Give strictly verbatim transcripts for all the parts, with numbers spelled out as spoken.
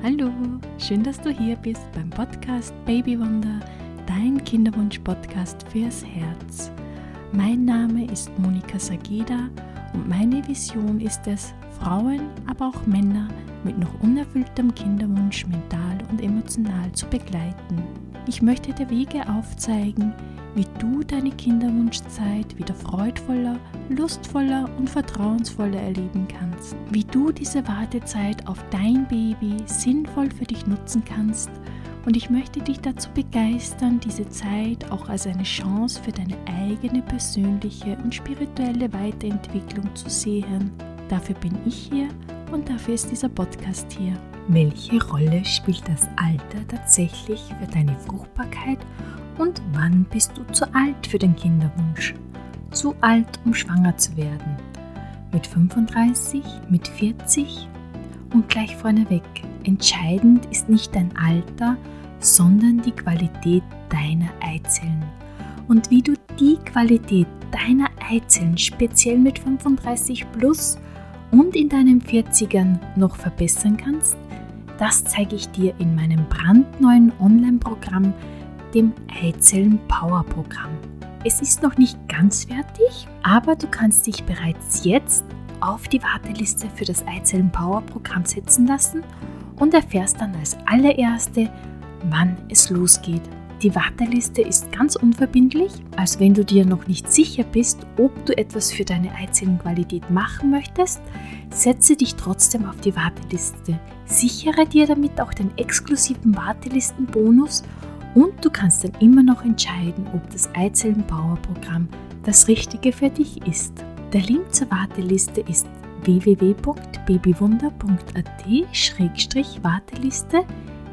Hallo, schön, dass du hier bist beim Podcast Baby Wunder, dein Kinderwunsch-Podcast fürs Herz. Mein Name ist Monika Sageda und meine Vision ist es, Frauen, aber auch Männer mit noch unerfülltem Kinderwunsch mental und emotional zu begleiten. Ich möchte dir Wege aufzeigen, wie du deine Kinderwunschzeit wieder freudvoller, lustvoller und vertrauensvoller erleben kannst. Wie du diese Wartezeit auf dein Baby sinnvoll für dich nutzen kannst. Und ich möchte dich dazu begeistern, diese Zeit auch als eine Chance für deine eigene persönliche und spirituelle Weiterentwicklung zu sehen. Dafür bin ich hier und dafür ist dieser Podcast hier. Welche Rolle spielt das Alter tatsächlich für deine Fruchtbarkeit? Und wann bist du zu alt für den Kinderwunsch? Zu alt, um schwanger zu werden? Mit fünfunddreißig? Mit vierzig? Und gleich vorneweg, entscheidend ist nicht dein Alter, sondern die Qualität deiner Eizellen. Und wie du die Qualität deiner Eizellen speziell mit fünfunddreißig plus und in deinen vierzigern noch verbessern kannst, das zeige ich dir in meinem brandneuen Online-Programm, dem Eizellen-Power-Programm. Es ist noch nicht ganz fertig, aber du kannst dich bereits jetzt auf die Warteliste für das Eizellen-Power-Programm setzen lassen und erfährst dann als allererste, wann es losgeht. Die Warteliste ist ganz unverbindlich, also wenn du dir noch nicht sicher bist, ob du etwas für deine Eizellenqualität machen möchtest, setze dich trotzdem auf die Warteliste. Sichere dir damit auch den exklusiven Wartelistenbonus und du kannst dann immer noch entscheiden, ob das Eizellen-Power-Programm das Richtige für dich ist. Der Link zur Warteliste ist w w w punkt babywunder punkt a t slash warteliste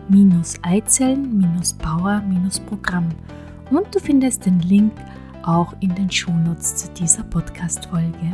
Eizellen Power Programm und du findest den Link auch in den Shownotes zu dieser Podcast-Folge.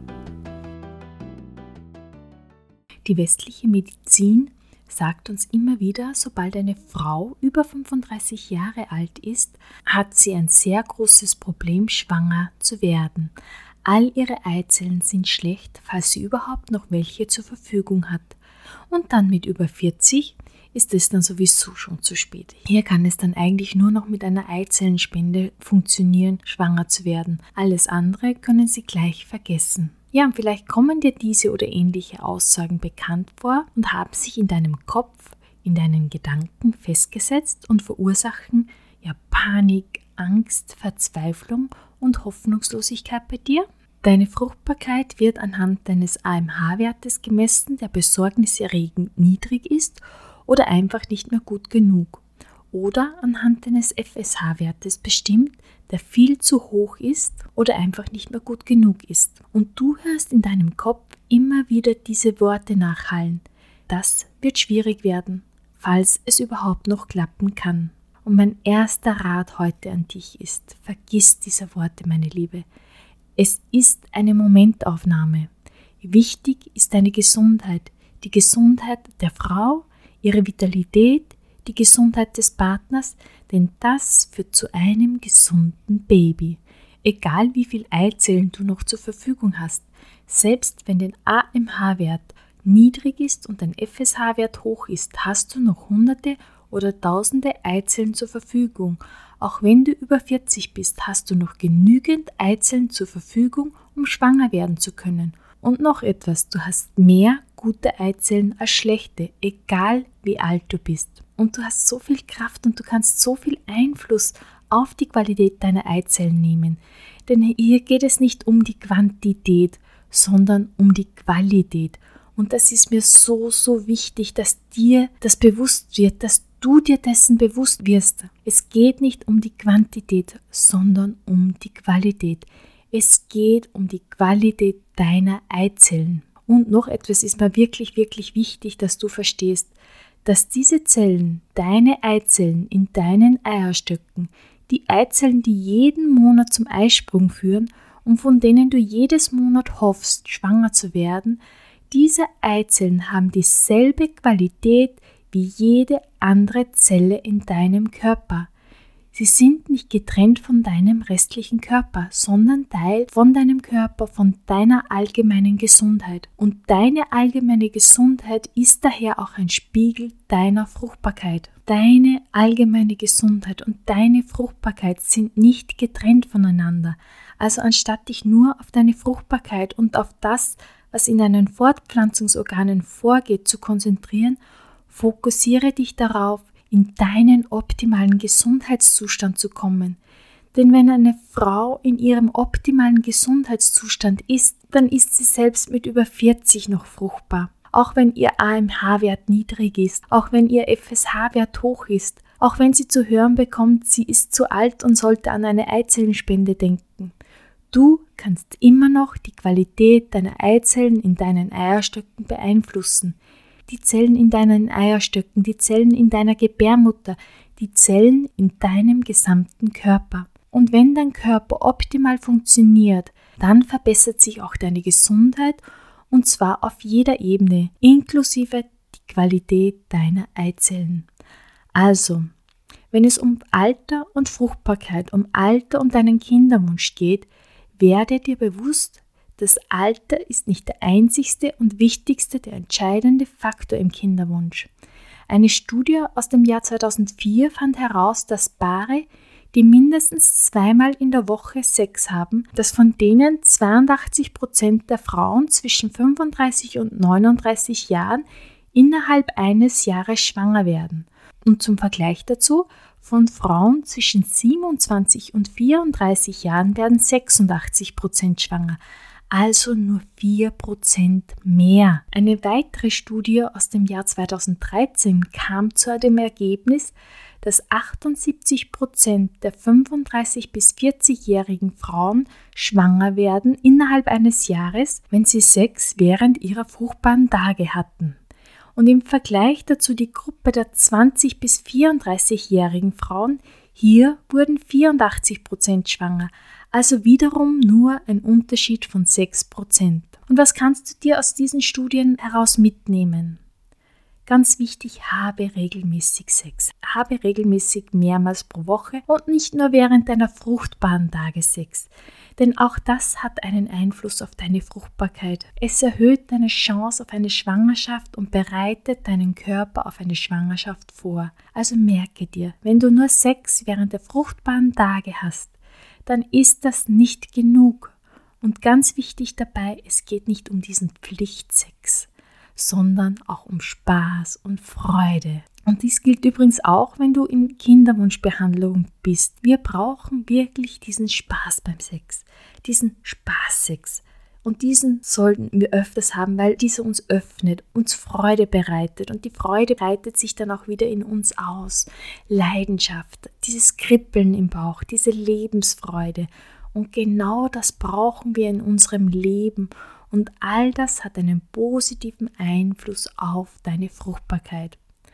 Die westliche Medizin sagt uns immer wieder, sobald eine Frau über fünfunddreißig Jahre alt ist, hat sie ein sehr großes Problem, schwanger zu werden. All ihre Eizellen sind schlecht, falls sie überhaupt noch welche zur Verfügung hat. Und dann mit über vierzig ist es dann sowieso schon zu spät. Hier kann es dann eigentlich nur noch mit einer Eizellenspende funktionieren, schwanger zu werden. Alles andere können Sie gleich vergessen. Ja, und vielleicht kommen dir diese oder ähnliche Aussagen bekannt vor und haben sich in deinem Kopf, in deinen Gedanken festgesetzt und verursachen ja Panik, Angst, Verzweiflung und Hoffnungslosigkeit bei dir. Deine Fruchtbarkeit wird anhand deines A M H-Wertes gemessen, der besorgniserregend niedrig ist oder einfach nicht mehr gut genug. Oder anhand deines F S H-Wertes bestimmt, der viel zu hoch ist oder einfach nicht mehr gut genug ist. Und du hörst in deinem Kopf immer wieder diese Worte nachhallen. Das wird schwierig werden, falls es überhaupt noch klappen kann. Und mein erster Rat heute an dich ist, vergiss diese Worte, meine Liebe. Es ist eine Momentaufnahme. Wichtig ist deine Gesundheit, die Gesundheit der Frau, ihre Vitalität, die Gesundheit des Partners, denn das führt zu einem gesunden Baby. Egal wie viel Eizellen du noch zur Verfügung hast, selbst wenn dein A M H-Wert niedrig ist und dein F S H-Wert hoch ist, hast du noch hunderte oder tausende Eizellen zur Verfügung. Auch wenn du über vierzig bist, hast du noch genügend Eizellen zur Verfügung, um schwanger werden zu können. Und noch etwas, du hast mehr gute Eizellen als schlechte, egal wie alt du bist. Und du hast so viel Kraft und du kannst so viel Einfluss auf die Qualität deiner Eizellen nehmen. Denn hier geht es nicht um die Quantität, sondern um die Qualität. Und das ist mir so, so wichtig, dass dir das bewusst wird, dass du dir dessen bewusst wirst. Es geht nicht um die Quantität, sondern um die Qualität. Es geht um die Qualität deiner Eizellen. Und noch etwas ist mir wirklich, wirklich wichtig, dass du verstehst, dass diese Zellen, deine Eizellen in deinen Eierstöcken, die Eizellen, die jeden Monat zum Eisprung führen und von denen du jedes Monat hoffst, schwanger zu werden, diese Eizellen haben dieselbe Qualität wie jede andere Zelle in deinem Körper. Sie sind nicht getrennt von deinem restlichen Körper, sondern Teil von deinem Körper, von deiner allgemeinen Gesundheit. Und deine allgemeine Gesundheit ist daher auch ein Spiegel deiner Fruchtbarkeit. Deine allgemeine Gesundheit und deine Fruchtbarkeit sind nicht getrennt voneinander. Also anstatt dich nur auf deine Fruchtbarkeit und auf das, was in deinen Fortpflanzungsorganen vorgeht, zu konzentrieren, fokussiere dich darauf, in deinen optimalen Gesundheitszustand zu kommen. Denn wenn eine Frau in ihrem optimalen Gesundheitszustand ist, dann ist sie selbst mit über vierzig noch fruchtbar. Auch wenn ihr A M H-Wert niedrig ist, auch wenn ihr F S H-Wert hoch ist, auch wenn sie zu hören bekommt, sie ist zu alt und sollte an eine Eizellenspende denken. Du kannst immer noch die Qualität deiner Eizellen in deinen Eierstöcken beeinflussen. Die Zellen in deinen Eierstöcken, die Zellen in deiner Gebärmutter, die Zellen in deinem gesamten Körper. Und wenn dein Körper optimal funktioniert, dann verbessert sich auch deine Gesundheit und zwar auf jeder Ebene, inklusive die Qualität deiner Eizellen. Also, wenn es um Alter und Fruchtbarkeit, um Alter und deinen Kinderwunsch geht, werde dir bewusst, das Alter ist nicht der einzigste und wichtigste, der entscheidende Faktor im Kinderwunsch. Eine Studie aus dem Jahr zweitausendvier fand heraus, dass Paare, die mindestens zweimal in der Woche Sex haben, dass von denen zweiundachtzig Prozent der Frauen zwischen fünfunddreißig und neununddreißig Jahren innerhalb eines Jahres schwanger werden. Und zum Vergleich dazu, von Frauen zwischen siebenundzwanzig und vierunddreißig Jahren werden sechsundachtzig Prozent schwanger. Also nur vier Prozent mehr. Eine weitere Studie aus dem Jahr zweitausenddreizehn kam zu dem Ergebnis, dass achtundsiebzig Prozent der fünfunddreißig- bis vierzigjährigen Frauen schwanger werden innerhalb eines Jahres, wenn sie Sex während ihrer fruchtbaren Tage hatten. Und im Vergleich dazu die Gruppe der zwanzig- bis vierunddreißigjährigen Frauen, hier wurden vierundachtzig Prozent schwanger. Also wiederum nur ein Unterschied von sechs Prozent. Und was kannst du dir aus diesen Studien heraus mitnehmen? Ganz wichtig, habe regelmäßig Sex. Habe regelmäßig mehrmals pro Woche und nicht nur während deiner fruchtbaren Tage Sex. Denn auch das hat einen Einfluss auf deine Fruchtbarkeit. Es erhöht deine Chance auf eine Schwangerschaft und bereitet deinen Körper auf eine Schwangerschaft vor. Also merke dir, wenn du nur Sex während der fruchtbaren Tage hast, dann ist das nicht genug. Und ganz wichtig dabei, es geht nicht um diesen Pflichtsex, sondern auch um Spaß und Freude. Und dies gilt übrigens auch, wenn du in Kinderwunschbehandlung bist. Wir brauchen wirklich diesen Spaß beim Sex, diesen Spaßsex. Und diesen sollten wir öfters haben, weil dieser uns öffnet, uns Freude bereitet. Und die Freude breitet sich dann auch wieder in uns aus. Leidenschaft, dieses Kribbeln im Bauch, diese Lebensfreude. Und genau das brauchen wir in unserem Leben. Und all das hat einen positiven Einfluss auf deine Fruchtbarkeit.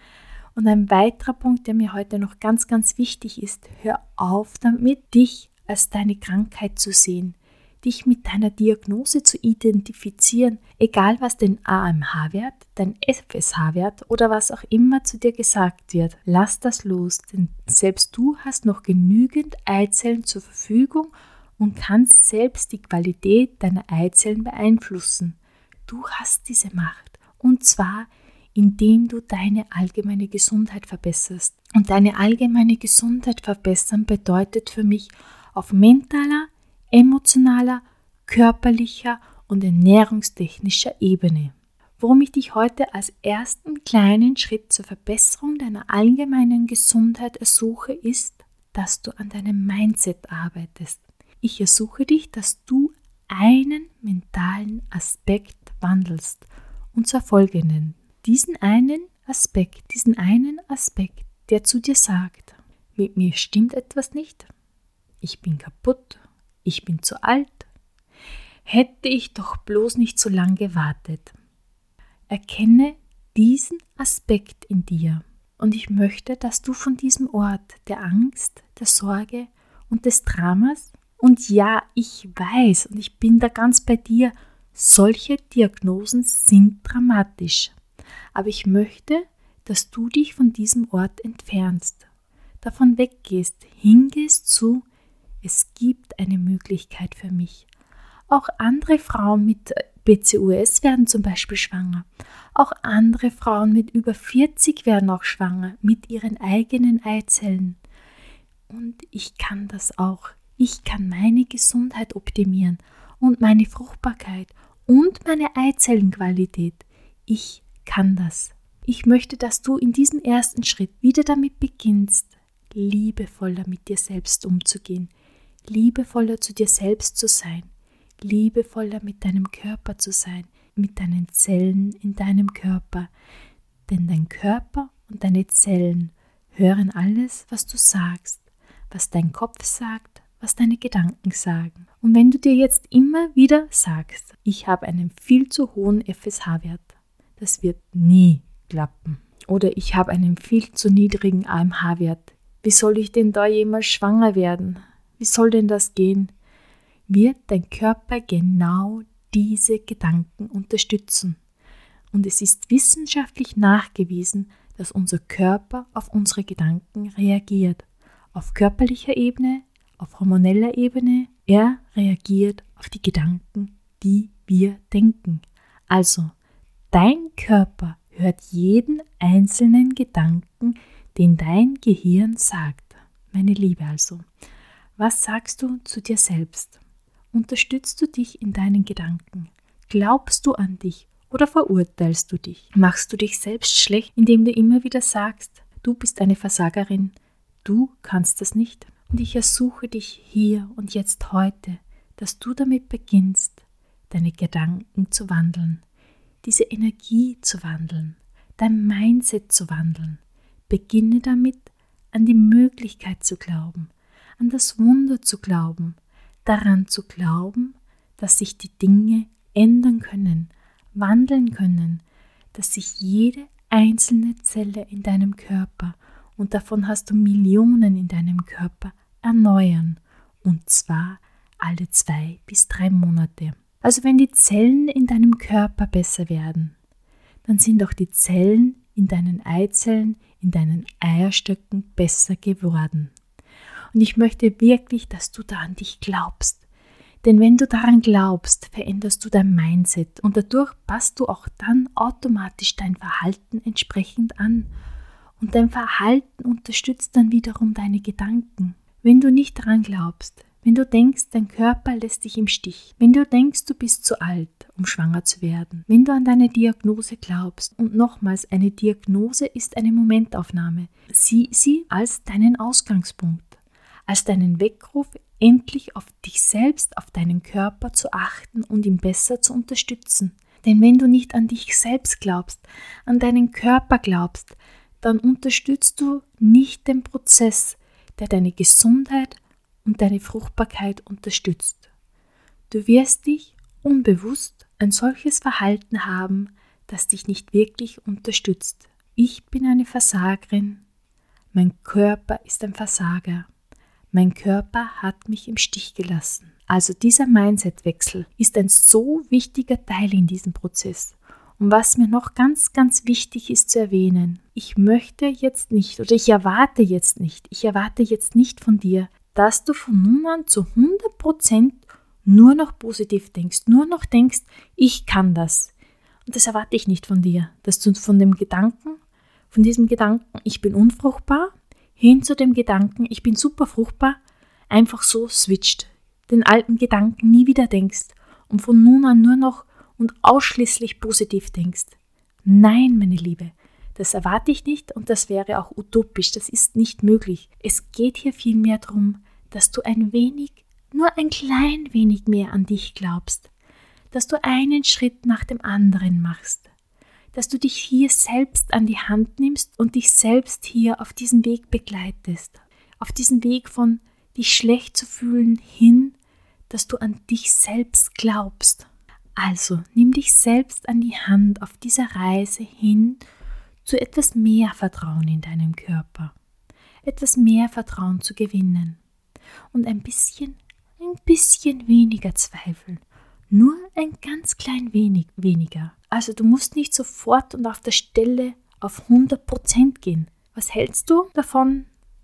Und ein weiterer Punkt, der mir heute noch ganz, ganz wichtig ist, hör auf damit, dich als deine Krankheit zu sehen. Dich mit deiner Diagnose zu identifizieren, egal was den A M H-Wert, dein F S H-Wert oder was auch immer zu dir gesagt wird. Lass das los, denn selbst du hast noch genügend Eizellen zur Verfügung und kannst selbst die Qualität deiner Eizellen beeinflussen. Du hast diese Macht und zwar, indem du deine allgemeine Gesundheit verbesserst. Und deine allgemeine Gesundheit verbessern bedeutet für mich auf mentaler, emotionaler, körperlicher und ernährungstechnischer Ebene. Worum ich dich heute als ersten kleinen Schritt zur Verbesserung deiner allgemeinen Gesundheit ersuche, ist, dass du an deinem Mindset arbeitest. Ich ersuche dich, dass du einen mentalen Aspekt wandelst, und zwar folgenden. Diesen einen Aspekt, diesen einen Aspekt, der zu dir sagt, mit mir stimmt etwas nicht, ich bin kaputt, ich bin zu alt, hätte ich doch bloß nicht so lange gewartet. Erkenne diesen Aspekt in dir und ich möchte, dass du von diesem Ort der Angst, der Sorge und des Dramas, und ja, ich weiß und ich bin da ganz bei dir, solche Diagnosen sind dramatisch, aber ich möchte, dass du dich von diesem Ort entfernst, davon weggehst, hingehst zu, es gibt eine Möglichkeit für mich. Auch andere Frauen mit P C O S werden zum Beispiel schwanger. Auch andere Frauen mit über vierzig werden auch schwanger mit ihren eigenen Eizellen. Und ich kann das auch. Ich kann meine Gesundheit optimieren und meine Fruchtbarkeit und meine Eizellenqualität. Ich kann das. Ich möchte, dass du in diesem ersten Schritt wieder damit beginnst, liebevoller mit dir selbst umzugehen, liebevoller zu dir selbst zu sein, liebevoller mit deinem Körper zu sein, mit deinen Zellen in deinem Körper. Denn dein Körper und deine Zellen hören alles, was du sagst, was dein Kopf sagt, was deine Gedanken sagen. Und wenn du dir jetzt immer wieder sagst, ich habe einen viel zu hohen F S H-Wert, das wird nie klappen. Oder ich habe einen viel zu niedrigen A M H-Wert. Wie soll ich denn da jemals schwanger werden? Wie soll denn das gehen? Wird dein Körper genau diese Gedanken unterstützen. Und es ist wissenschaftlich nachgewiesen, dass unser Körper auf unsere Gedanken reagiert. Auf körperlicher Ebene, auf hormoneller Ebene. Er reagiert auf die Gedanken, die wir denken. Also, dein Körper hört jeden einzelnen Gedanken, den dein Gehirn sagt. Meine Liebe also, was sagst du zu dir selbst? Unterstützt du dich in deinen Gedanken? Glaubst du an dich oder verurteilst du dich? Machst du dich selbst schlecht, indem du immer wieder sagst, du bist eine Versagerin, du kannst das nicht? Und ich ersuche dich hier und jetzt heute, dass du damit beginnst, deine Gedanken zu wandeln, diese Energie zu wandeln, dein Mindset zu wandeln. Beginne damit, an die Möglichkeit zu glauben, an das Wunder zu glauben, daran zu glauben, dass sich die Dinge ändern können, wandeln können, dass sich jede einzelne Zelle in deinem Körper, und davon hast du Millionen in deinem Körper, erneuern, und zwar alle zwei bis drei Monate. Also wenn die Zellen in deinem Körper besser werden, dann sind auch die Zellen in deinen Eizellen, in deinen Eierstöcken besser geworden. Und ich möchte wirklich, dass du da an dich glaubst. Denn wenn du daran glaubst, veränderst du dein Mindset und dadurch passt du auch dann automatisch dein Verhalten entsprechend an. Und dein Verhalten unterstützt dann wiederum deine Gedanken. Wenn du nicht daran glaubst, wenn du denkst, dein Körper lässt dich im Stich, wenn du denkst, du bist zu alt, um schwanger zu werden, wenn du an deine Diagnose glaubst, und nochmals, eine Diagnose ist eine Momentaufnahme, sieh sie als deinen Ausgangspunkt, als deinen Weckruf, endlich auf dich selbst, auf deinen Körper zu achten und ihn besser zu unterstützen. Denn wenn du nicht an dich selbst glaubst, an deinen Körper glaubst, dann unterstützt du nicht den Prozess, der deine Gesundheit und deine Fruchtbarkeit unterstützt. Du wirst dich unbewusst ein solches Verhalten haben, das dich nicht wirklich unterstützt. Ich bin eine Versagerin, mein Körper ist ein Versager, mein Körper hat mich im Stich gelassen. Also dieser Mindsetwechsel ist ein so wichtiger Teil in diesem Prozess. Und was mir noch ganz, ganz wichtig ist zu erwähnen, ich möchte jetzt nicht oder ich erwarte jetzt nicht, ich erwarte jetzt nicht von dir, dass du von nun an zu hundert Prozent nur noch positiv denkst, nur noch denkst, ich kann das. Und das erwarte ich nicht von dir, dass du von dem Gedanken, von diesem Gedanken, ich bin unfruchtbar, hin zu dem Gedanken, ich bin super fruchtbar, einfach so switcht, den alten Gedanken nie wieder denkst und von nun an nur noch und ausschließlich positiv denkst. Nein, meine Liebe, das erwarte ich nicht und das wäre auch utopisch, das ist nicht möglich. Es geht hier vielmehr darum, dass du ein wenig, nur ein klein wenig mehr an dich glaubst, dass du einen Schritt nach dem anderen machst, dass du dich hier selbst an die Hand nimmst und dich selbst hier auf diesen Weg begleitest, auf diesen Weg von dich schlecht zu fühlen hin, dass du an dich selbst glaubst. Also nimm dich selbst an die Hand auf dieser Reise hin zu etwas mehr Vertrauen in deinem Körper, etwas mehr Vertrauen zu gewinnen und ein bisschen, ein bisschen weniger Zweifel, nur ein ganz klein wenig weniger. Also du musst nicht sofort und auf der Stelle auf hundert Prozent gehen. Was hältst du davon,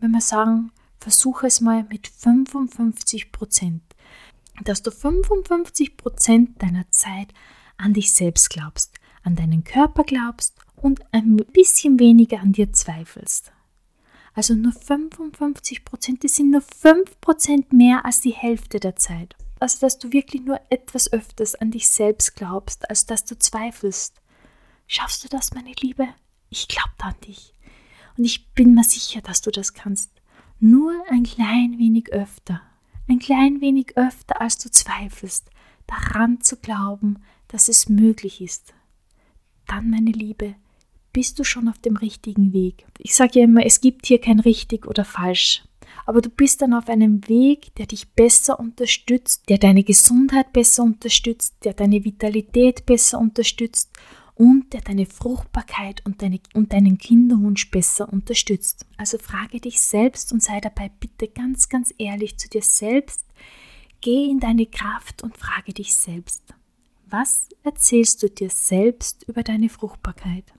wenn wir sagen, versuche es mal mit fünfundfünfzig Prozent, dass du fünfundfünfzig Prozent deiner Zeit an dich selbst glaubst, an deinen Körper glaubst und ein bisschen weniger an dir zweifelst. Also nur fünfundfünfzig Prozent, das sind nur fünf Prozent mehr als die Hälfte der Zeit. Also dass du wirklich nur etwas öfters an dich selbst glaubst, als dass du zweifelst. Schaffst du das, meine Liebe? Ich glaube an dich. Und ich bin mir sicher, dass du das kannst. Nur ein klein wenig öfter. Ein klein wenig öfter, als du zweifelst, daran zu glauben, dass es möglich ist. Dann, meine Liebe, bist du schon auf dem richtigen Weg. Ich sage ja immer, es gibt hier kein richtig oder falsch. Aber du bist dann auf einem Weg, der dich besser unterstützt, der deine Gesundheit besser unterstützt, der deine Vitalität besser unterstützt und der deine Fruchtbarkeit und, deine, und deinen Kinderwunsch besser unterstützt. Also frage dich selbst und sei dabei bitte ganz, ganz ehrlich zu dir selbst. Geh in deine Kraft und frage dich selbst. Was erzählst du dir selbst über deine Fruchtbarkeit?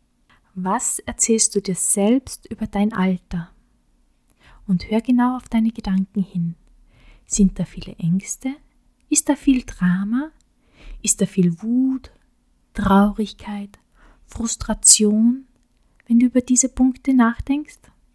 Was erzählst du dir selbst über dein Alter? Und hör genau auf deine Gedanken hin. Sind da viele Ängste? Ist da viel Drama? Ist da viel Wut, Traurigkeit, Frustration, wenn du über diese Punkte nachdenkst?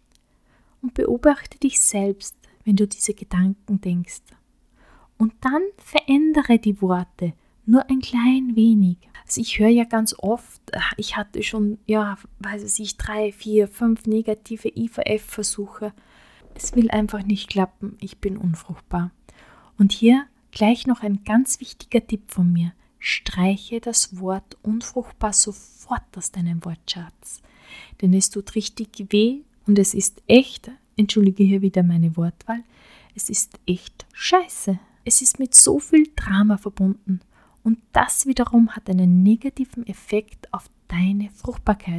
Und beobachte dich selbst, wenn du diese Gedanken denkst. Und dann verändere die Worte nur ein klein wenig. Also ich höre ja ganz oft, ich hatte schon, ja, weiß ich, drei, vier, fünf negative I V F-Versuche. Es will einfach nicht klappen, ich bin unfruchtbar. Und hier gleich noch ein ganz wichtiger Tipp von mir. Streiche das Wort unfruchtbar sofort aus deinem Wortschatz. Denn es tut richtig weh und es ist echt, entschuldige hier wieder meine Wortwahl, es ist echt scheiße. Es ist mit so viel Drama verbunden und das wiederum hat einen negativen Effekt auf deine Fruchtbarkeit.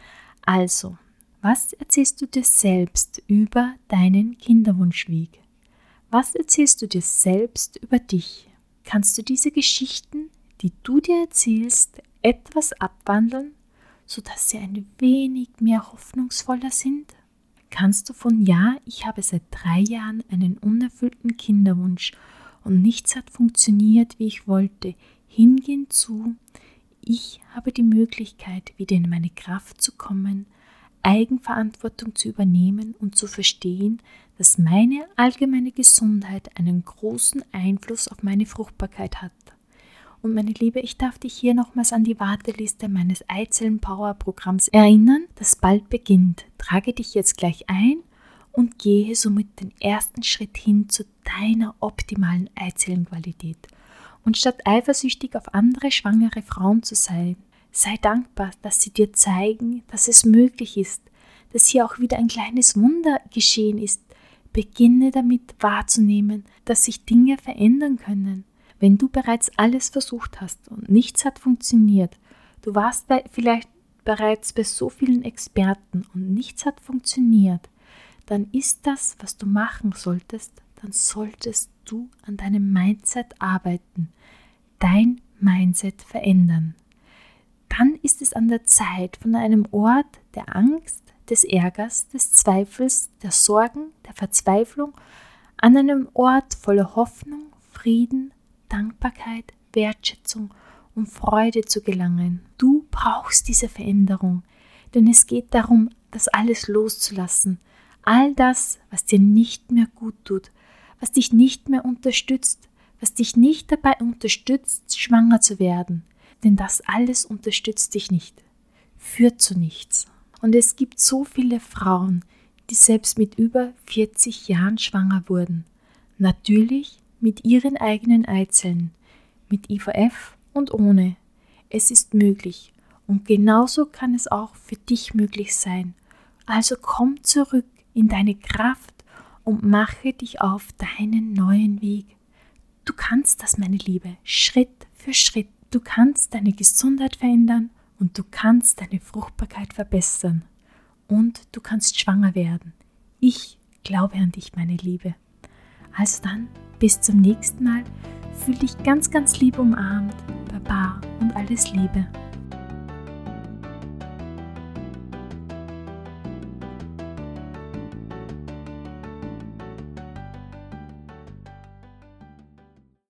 Also, was erzählst du dir selbst über deinen Kinderwunschweg? Was erzählst du dir selbst über dich? Kannst du diese Geschichten, die du dir erzählst, etwas abwandeln, sodass sie ein wenig mehr hoffnungsvoller sind? Kannst du von ja, ich habe seit drei Jahren einen unerfüllten Kinderwunsch und nichts hat funktioniert, wie ich wollte, hingehen zu, ich habe die Möglichkeit, wieder in meine Kraft zu kommen, Eigenverantwortung zu übernehmen und zu verstehen, dass meine allgemeine Gesundheit einen großen Einfluss auf meine Fruchtbarkeit hat. Und meine Liebe, ich darf dich hier nochmals an die Warteliste meines Eizellen-Power-Programms erinnern, das bald beginnt. Trage dich jetzt gleich ein und gehe somit den ersten Schritt hin zu deiner optimalen Eizellenqualität. Und statt eifersüchtig auf andere schwangere Frauen zu sein, sei dankbar, dass sie dir zeigen, dass es möglich ist, dass hier auch wieder ein kleines Wunder geschehen ist. Beginne damit wahrzunehmen, dass sich Dinge verändern können. Wenn du bereits alles versucht hast und nichts hat funktioniert, du warst bei, vielleicht bereits bei so vielen Experten und nichts hat funktioniert, dann ist das, was du machen solltest, dann solltest du an deinem Mindset arbeiten, dein Mindset verändern. Dann ist es an der Zeit, von einem Ort der Angst, des Ärgers, des Zweifels, der Sorgen, der Verzweiflung, an einem Ort voller Hoffnung, Frieden, Dankbarkeit, Wertschätzung und Freude zu gelangen. Du brauchst diese Veränderung, denn es geht darum, das alles loszulassen. All das, was dir nicht mehr gut tut, was dich nicht mehr unterstützt, was dich nicht dabei unterstützt, schwanger zu werden. Denn das alles unterstützt dich nicht, führt zu nichts. Und es gibt so viele Frauen, die selbst mit über vierzig Jahren schwanger wurden. Natürlich mit ihren eigenen Eizellen, mit I V F und ohne. Es ist möglich und genauso kann es auch für dich möglich sein. Also komm zurück in deine Kraft und mache dich auf deinen neuen Weg. Du kannst das, meine Liebe, Schritt für Schritt. Du kannst deine Gesundheit verändern und du kannst deine Fruchtbarkeit verbessern. Und du kannst schwanger werden. Ich glaube an dich, meine Liebe. Also dann, bis zum nächsten Mal. Fühl dich ganz, ganz lieb umarmt. Baba und alles Liebe.